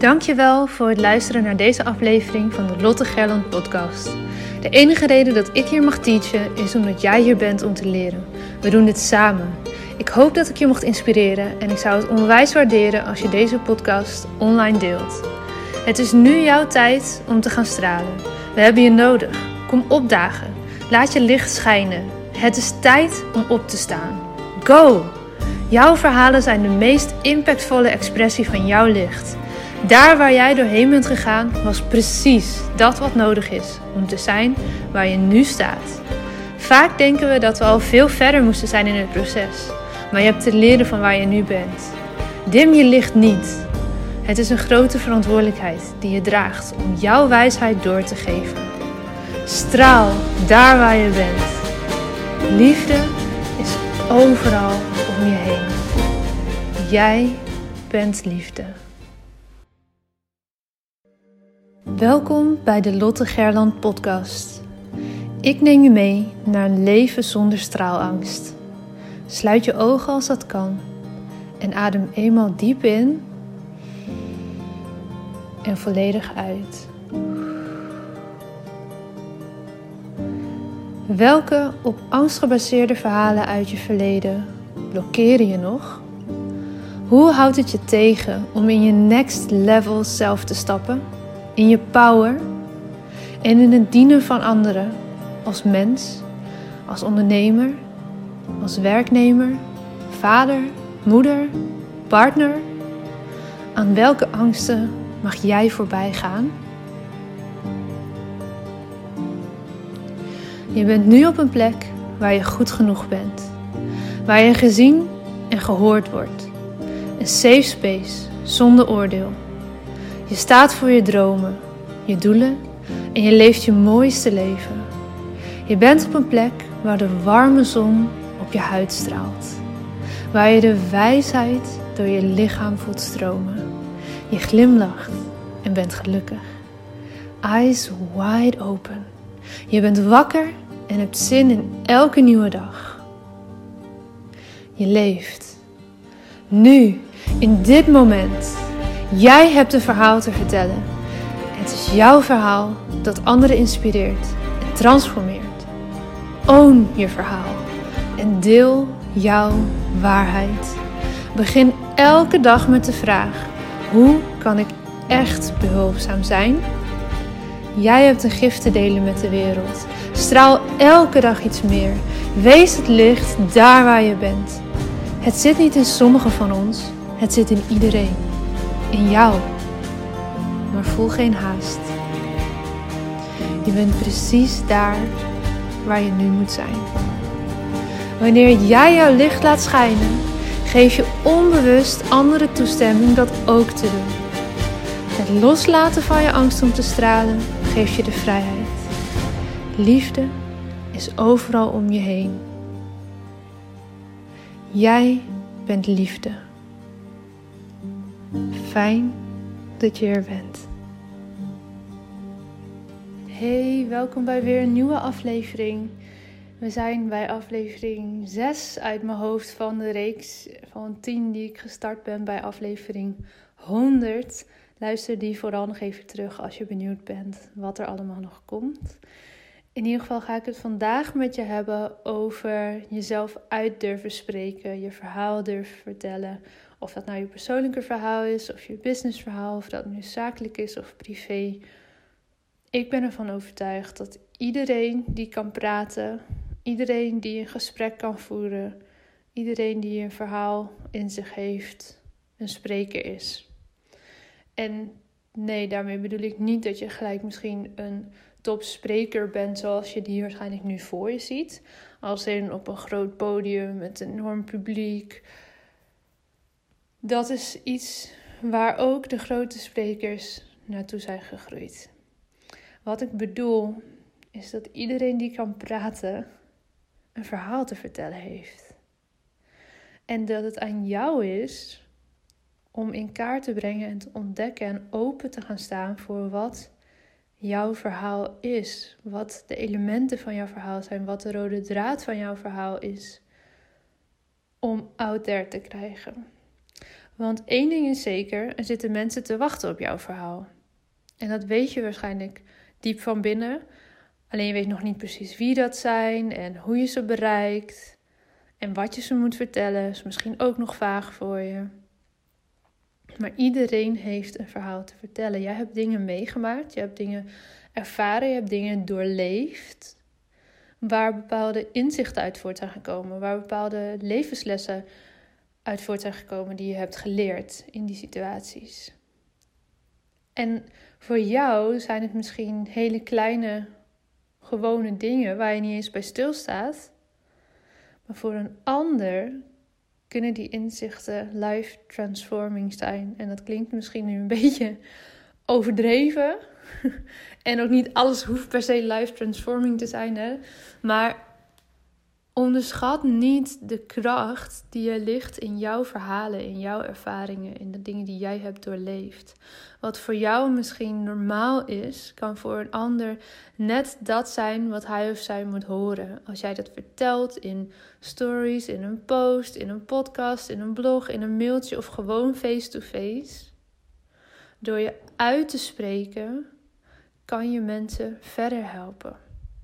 Dankjewel voor het luisteren naar deze aflevering van de Lotte Gerland podcast. De enige reden dat ik hier mag teachen is omdat jij hier bent om te leren. We doen dit samen. Ik hoop dat ik je mocht inspireren en ik zou het onwijs waarderen als je deze podcast online deelt. Het is nu jouw tijd om te gaan stralen. We hebben je nodig. Kom opdagen. Laat je licht schijnen. Het is tijd om op te staan. Go! Jouw verhalen zijn de meest impactvolle expressie van jouw licht. Daar waar jij doorheen bent gegaan, was precies dat wat nodig is om te zijn waar je nu staat. Vaak denken we dat we al veel verder moesten zijn in het proces, maar je hebt te leren van waar je nu bent. Dim je licht niet. Het is een grote verantwoordelijkheid die je draagt om jouw wijsheid door te geven. Straal daar waar je bent. Liefde is overal om je heen. Jij bent liefde. Welkom bij de Lotte Gerland podcast. Ik neem je mee naar een leven zonder straalangst. Sluit je ogen als dat kan en adem eenmaal diep in en volledig uit. Welke op angst gebaseerde verhalen uit je verleden blokkeren je nog? Hoe houdt het je tegen om in je next level zelf te stappen? In je power en in het dienen van anderen als mens, als ondernemer, als werknemer, vader, moeder, partner? Aan welke angsten mag jij voorbij gaan? Je bent nu op een plek waar je goed genoeg bent, waar je gezien en gehoord wordt. Een safe space zonder oordeel. Je staat voor je dromen, je doelen en je leeft je mooiste leven. Je bent op een plek waar de warme zon op je huid straalt. Waar je de wijsheid door je lichaam voelt stromen. Je glimlacht en bent gelukkig. Eyes wide open. Je bent wakker en hebt zin in elke nieuwe dag. Je leeft. Nu, in dit moment. Jij hebt een verhaal te vertellen. Het is jouw verhaal dat anderen inspireert en transformeert. Own je verhaal en deel jouw waarheid. Begin elke dag met de vraag: hoe kan ik echt behulpzaam zijn? Jij hebt een gift te delen met de wereld. Straal elke dag iets meer. Wees het licht daar waar je bent. Het zit niet in sommigen van ons, het zit in iedereen. In jou. Maar voel geen haast. Je bent precies daar waar je nu moet zijn. Wanneer jij jouw licht laat schijnen, geef je onbewust anderen toestemming dat ook te doen. Het loslaten van je angst om te stralen geeft je de vrijheid. Liefde is overal om je heen. Jij bent liefde. Fijn dat je er bent. Hey, welkom bij weer een nieuwe aflevering. We zijn bij aflevering 6 uit mijn hoofd van de reeks van 10 die ik gestart ben bij aflevering 100. Luister die vooral nog even terug als je benieuwd bent wat er allemaal nog komt. In ieder geval ga ik het vandaag met je hebben over jezelf uit durven spreken, je verhaal durven vertellen. Of dat nou je persoonlijke verhaal is, of je businessverhaal, of dat nu zakelijk is of privé. Ik ben ervan overtuigd dat iedereen die kan praten, iedereen die een gesprek kan voeren, iedereen die een verhaal in zich heeft, een spreker is. En nee, daarmee bedoel ik niet dat je gelijk misschien een topspreker bent zoals je die waarschijnlijk nu voor je ziet. Als in op een groot podium met een enorm publiek. Dat is iets waar ook de grote sprekers naartoe zijn gegroeid. Wat ik bedoel is dat iedereen die kan praten een verhaal te vertellen heeft. En dat het aan jou is om in kaart te brengen en te ontdekken en open te gaan staan voor wat jouw verhaal is. Wat de elementen van jouw verhaal zijn, wat de rode draad van jouw verhaal is. Om out there te krijgen. Want één ding is zeker, er zitten mensen te wachten op jouw verhaal. En dat weet je waarschijnlijk diep van binnen. Alleen je weet nog niet precies wie dat zijn en hoe je ze bereikt. En wat je ze moet vertellen is misschien ook nog vaag voor je. Maar iedereen heeft een verhaal te vertellen. Jij hebt dingen meegemaakt, je hebt dingen ervaren, je hebt dingen doorleefd. Waar bepaalde inzichten uit voort zijn gekomen. Waar bepaalde levenslessen uit voort zijn gekomen die je hebt geleerd in die situaties. En voor jou zijn het misschien hele kleine, gewone dingen waar je niet eens bij stilstaat. Maar voor een ander kunnen die inzichten life transforming zijn. En dat klinkt misschien nu een beetje overdreven. En ook niet alles hoeft per se life transforming te zijn. Hè? Maar onderschat niet de kracht die er ligt in jouw verhalen, in jouw ervaringen, in de dingen die jij hebt doorleefd. Wat voor jou misschien normaal is, kan voor een ander net dat zijn wat hij of zij moet horen. Als jij dat vertelt in stories, in een post, in een podcast, in een blog, in een mailtje of gewoon face-to-face. Door je uit te spreken, kan je mensen verder helpen.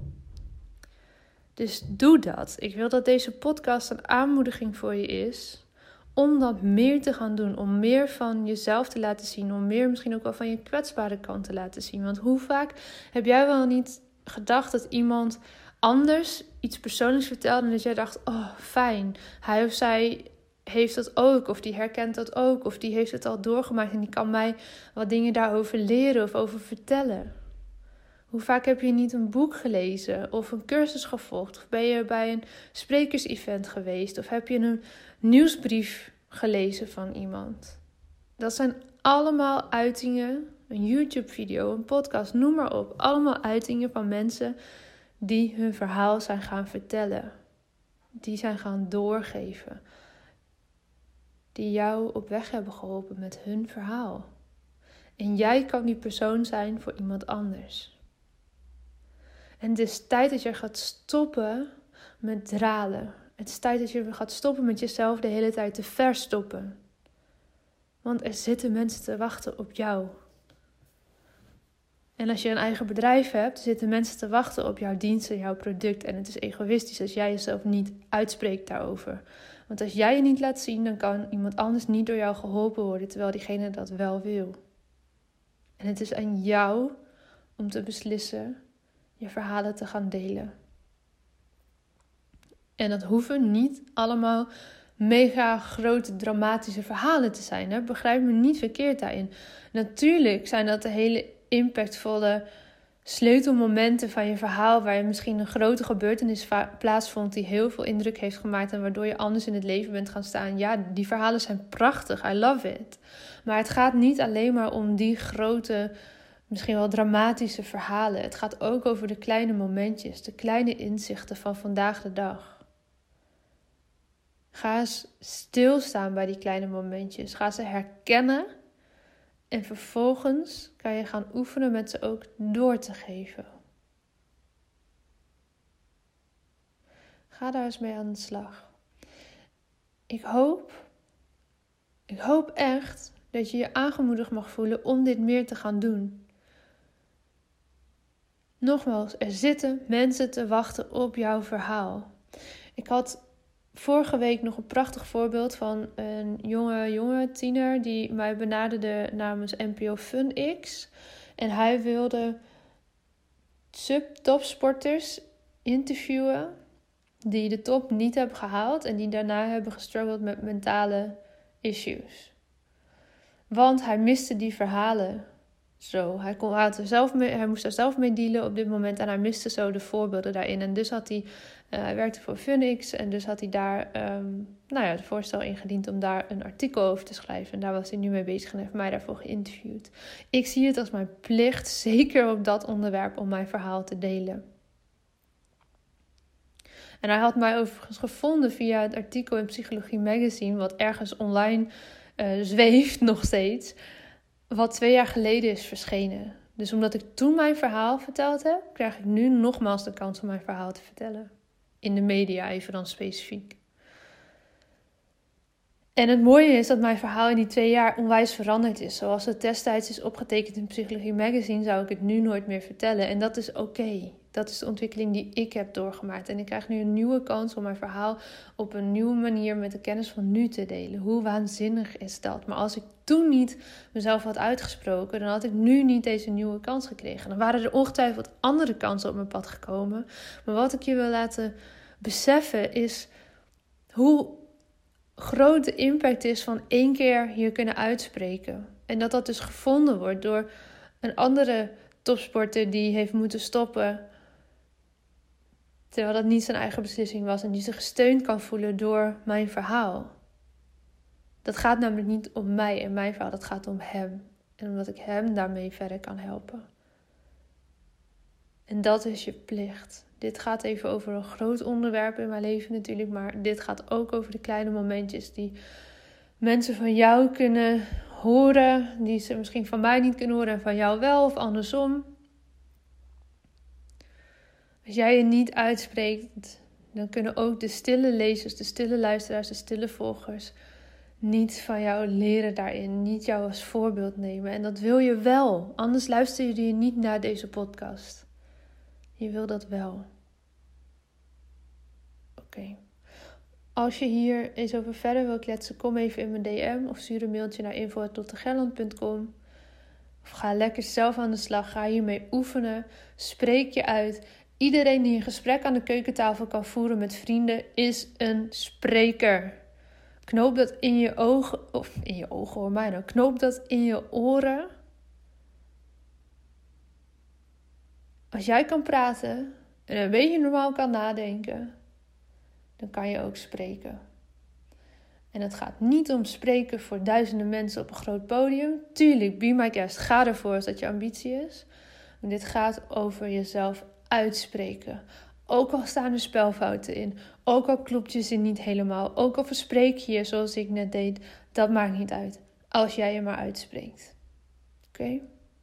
Dus doe dat. Ik wil dat deze podcast een aanmoediging voor je is om dat meer te gaan doen. Om meer van jezelf te laten zien. Om meer misschien ook wel van je kwetsbare kant te laten zien. Want hoe vaak heb jij wel niet gedacht dat iemand anders iets persoonlijks vertelde en dat jij dacht, oh fijn, hij of zij heeft dat ook, of die herkent dat ook, of die heeft het al doorgemaakt en die kan mij wat dingen daarover leren of over vertellen. Hoe vaak heb je niet een boek gelezen of een cursus gevolgd? Of ben je bij een sprekersevent geweest? Of heb je een nieuwsbrief gelezen van iemand? Dat zijn allemaal uitingen, een YouTube-video, een podcast, noem maar op. Allemaal uitingen van mensen die hun verhaal zijn gaan vertellen. Die zijn gaan doorgeven. Die jou op weg hebben geholpen met hun verhaal. En jij kan die persoon zijn voor iemand anders. En het is tijd dat je gaat stoppen met dralen. Het is tijd dat je gaat stoppen met jezelf de hele tijd te verstoppen. Want er zitten mensen te wachten op jou. En als je een eigen bedrijf hebt, zitten mensen te wachten op jouw dienst en jouw product. En het is egoïstisch als jij jezelf niet uitspreekt daarover. Want als jij je niet laat zien, dan kan iemand anders niet door jou geholpen worden, terwijl diegene dat wel wil. En het is aan jou om te beslissen je verhalen te gaan delen. En dat hoeven niet allemaal mega grote dramatische verhalen te zijn. Hè? Begrijp me niet verkeerd daarin. Natuurlijk zijn dat de hele impactvolle sleutelmomenten van je verhaal, waar je misschien een grote gebeurtenis plaatsvond die heel veel indruk heeft gemaakt en waardoor je anders in het leven bent gaan staan. Ja, die verhalen zijn prachtig. I love it. Maar het gaat niet alleen maar om die grote, misschien wel dramatische verhalen. Het gaat ook over de kleine momentjes, de kleine inzichten van vandaag de dag. Ga eens stilstaan bij die kleine momentjes. Ga ze herkennen. En vervolgens kan je gaan oefenen met ze ook door te geven. Ga daar eens mee aan de slag. Ik hoop echt dat je je aangemoedigd mag voelen om dit meer te gaan doen. Nogmaals, er zitten mensen te wachten op jouw verhaal. Ik had vorige week nog een prachtig voorbeeld van een jonge tiener die mij benaderde namens NPO FunX. En hij wilde topsporters interviewen die de top niet hebben gehaald en die daarna hebben gestruggeld met mentale issues. Want hij miste die verhalen zo. Hij moest er zelf mee dealen op dit moment en hij miste zo de voorbeelden daarin. En dus hij werkte voor Funix en dus had hij daar het voorstel ingediend om daar een artikel over te schrijven. En daar was hij nu mee bezig en heeft mij daarvoor geïnterviewd. Ik zie het als mijn plicht, zeker op dat onderwerp, om mijn verhaal te delen. En hij had mij overigens gevonden via het artikel in Psychologie Magazine, wat ergens online zweeft nog steeds, wat 2 jaar geleden is verschenen. Dus omdat ik toen mijn verhaal verteld heb, krijg ik nu nogmaals de kans om mijn verhaal te vertellen. In de media even dan specifiek. En het mooie is dat mijn verhaal in die 2 jaar onwijs veranderd is. Zoals het destijds is opgetekend in Psychologie Magazine, zou ik het nu nooit meer vertellen. En dat is oké. Dat is de ontwikkeling die ik heb doorgemaakt. En ik krijg nu een nieuwe kans om mijn verhaal op een nieuwe manier met de kennis van nu te delen. Hoe waanzinnig is dat? Maar als ik toen niet mezelf had uitgesproken, dan had ik nu niet deze nieuwe kans gekregen. Dan waren er ongetwijfeld andere kansen op mijn pad gekomen. Maar wat ik je wil laten beseffen is hoe groot de impact is van 1 keer hier kunnen uitspreken. En dat dus gevonden wordt door een andere topsporter die heeft moeten stoppen, terwijl dat niet zijn eigen beslissing was en die zich gesteund kan voelen door mijn verhaal. Dat gaat namelijk niet om mij en mijn verhaal, dat gaat om hem. En omdat ik hem daarmee verder kan helpen. En dat is je plicht. Dit gaat even over een groot onderwerp in mijn leven natuurlijk, maar dit gaat ook over de kleine momentjes die mensen van jou kunnen horen, die ze misschien van mij niet kunnen horen en van jou wel, of andersom. Als jij je niet uitspreekt, dan kunnen ook de stille lezers, de stille luisteraars, de stille volgers niet van jou leren daarin, niet jou als voorbeeld nemen. En dat wil je wel, anders luister je niet naar deze podcast. Je wil dat wel. Oké. Als je hier eens over verder wil kletsen, kom even in mijn DM of stuur een mailtje naar info@lottegerland.com. Of ga lekker zelf aan de slag, ga hiermee oefenen, spreek je uit. Iedereen die een gesprek aan de keukentafel kan voeren met vrienden is een spreker. Knoop dat in je ogen, of in je ogen hoor mij nou, knoop dat in je oren. Als jij kan praten en een beetje normaal kan nadenken, dan kan je ook spreken. En het gaat niet om spreken voor duizenden mensen op een groot podium. Tuurlijk, be my guest, ga ervoor als dat je ambitie is. Maar dit gaat over jezelf uitspreken. Ook al staan er spelfouten in. Ook al klopt je zin niet helemaal. Ook al verspreek je je zoals ik net deed. Dat maakt niet uit. Als jij je maar uitspreekt. Oké?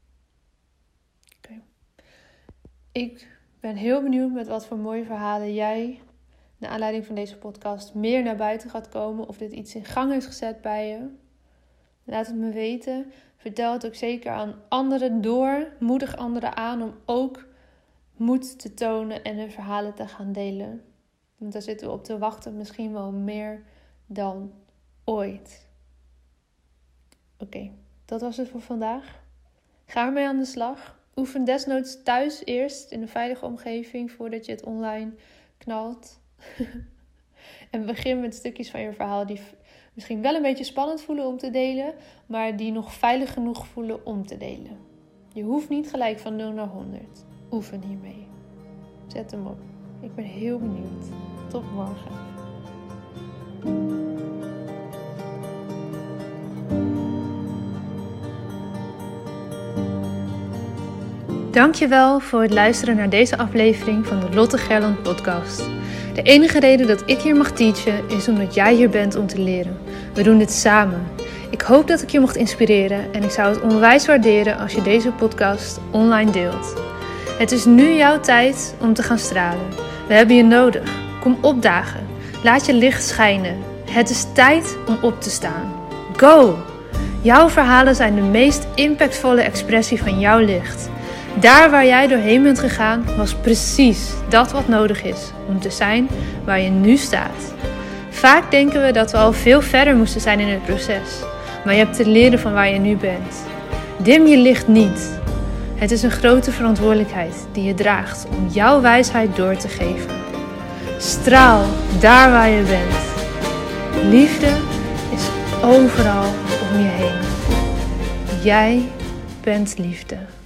Ik ben heel benieuwd met wat voor mooie verhalen jij, naar aanleiding van deze podcast, meer naar buiten gaat komen. Of dit iets in gang is gezet bij je. Laat het me weten. Vertel het ook zeker aan anderen door. Moedig anderen aan om ook moed te tonen en hun verhalen te gaan delen. Want daar zitten we op te wachten, misschien wel meer dan ooit. Oké, dat was het voor vandaag. Ga ermee aan de slag. Oefen desnoods thuis eerst in een veilige omgeving voordat je het online knalt. En begin met stukjes van je verhaal die misschien wel een beetje spannend voelen om te delen, maar die nog veilig genoeg voelen om te delen. Je hoeft niet gelijk van 0 naar 100. Oefen hiermee. Zet hem op. Ik ben heel benieuwd. Tot morgen. Dankjewel voor het luisteren naar deze aflevering van de Lotte Gerland podcast. De enige reden dat ik hier mag teachen is omdat jij hier bent om te leren. We doen dit samen. Ik hoop dat ik je mocht inspireren en ik zou het onwijs waarderen als je deze podcast online deelt. Het is nu jouw tijd om te gaan stralen. We hebben je nodig. Kom opdagen. Laat je licht schijnen. Het is tijd om op te staan. Go! Jouw verhalen zijn de meest impactvolle expressie van jouw licht. Daar waar jij doorheen bent gegaan, was precies dat wat nodig is om te zijn waar je nu staat. Vaak denken we dat we al veel verder moesten zijn in het proces. Maar je hebt te leren van waar je nu bent. Dim je licht niet. Het is een grote verantwoordelijkheid die je draagt om jouw wijsheid door te geven. Straal daar waar je bent. Liefde is overal om je heen. Jij bent liefde.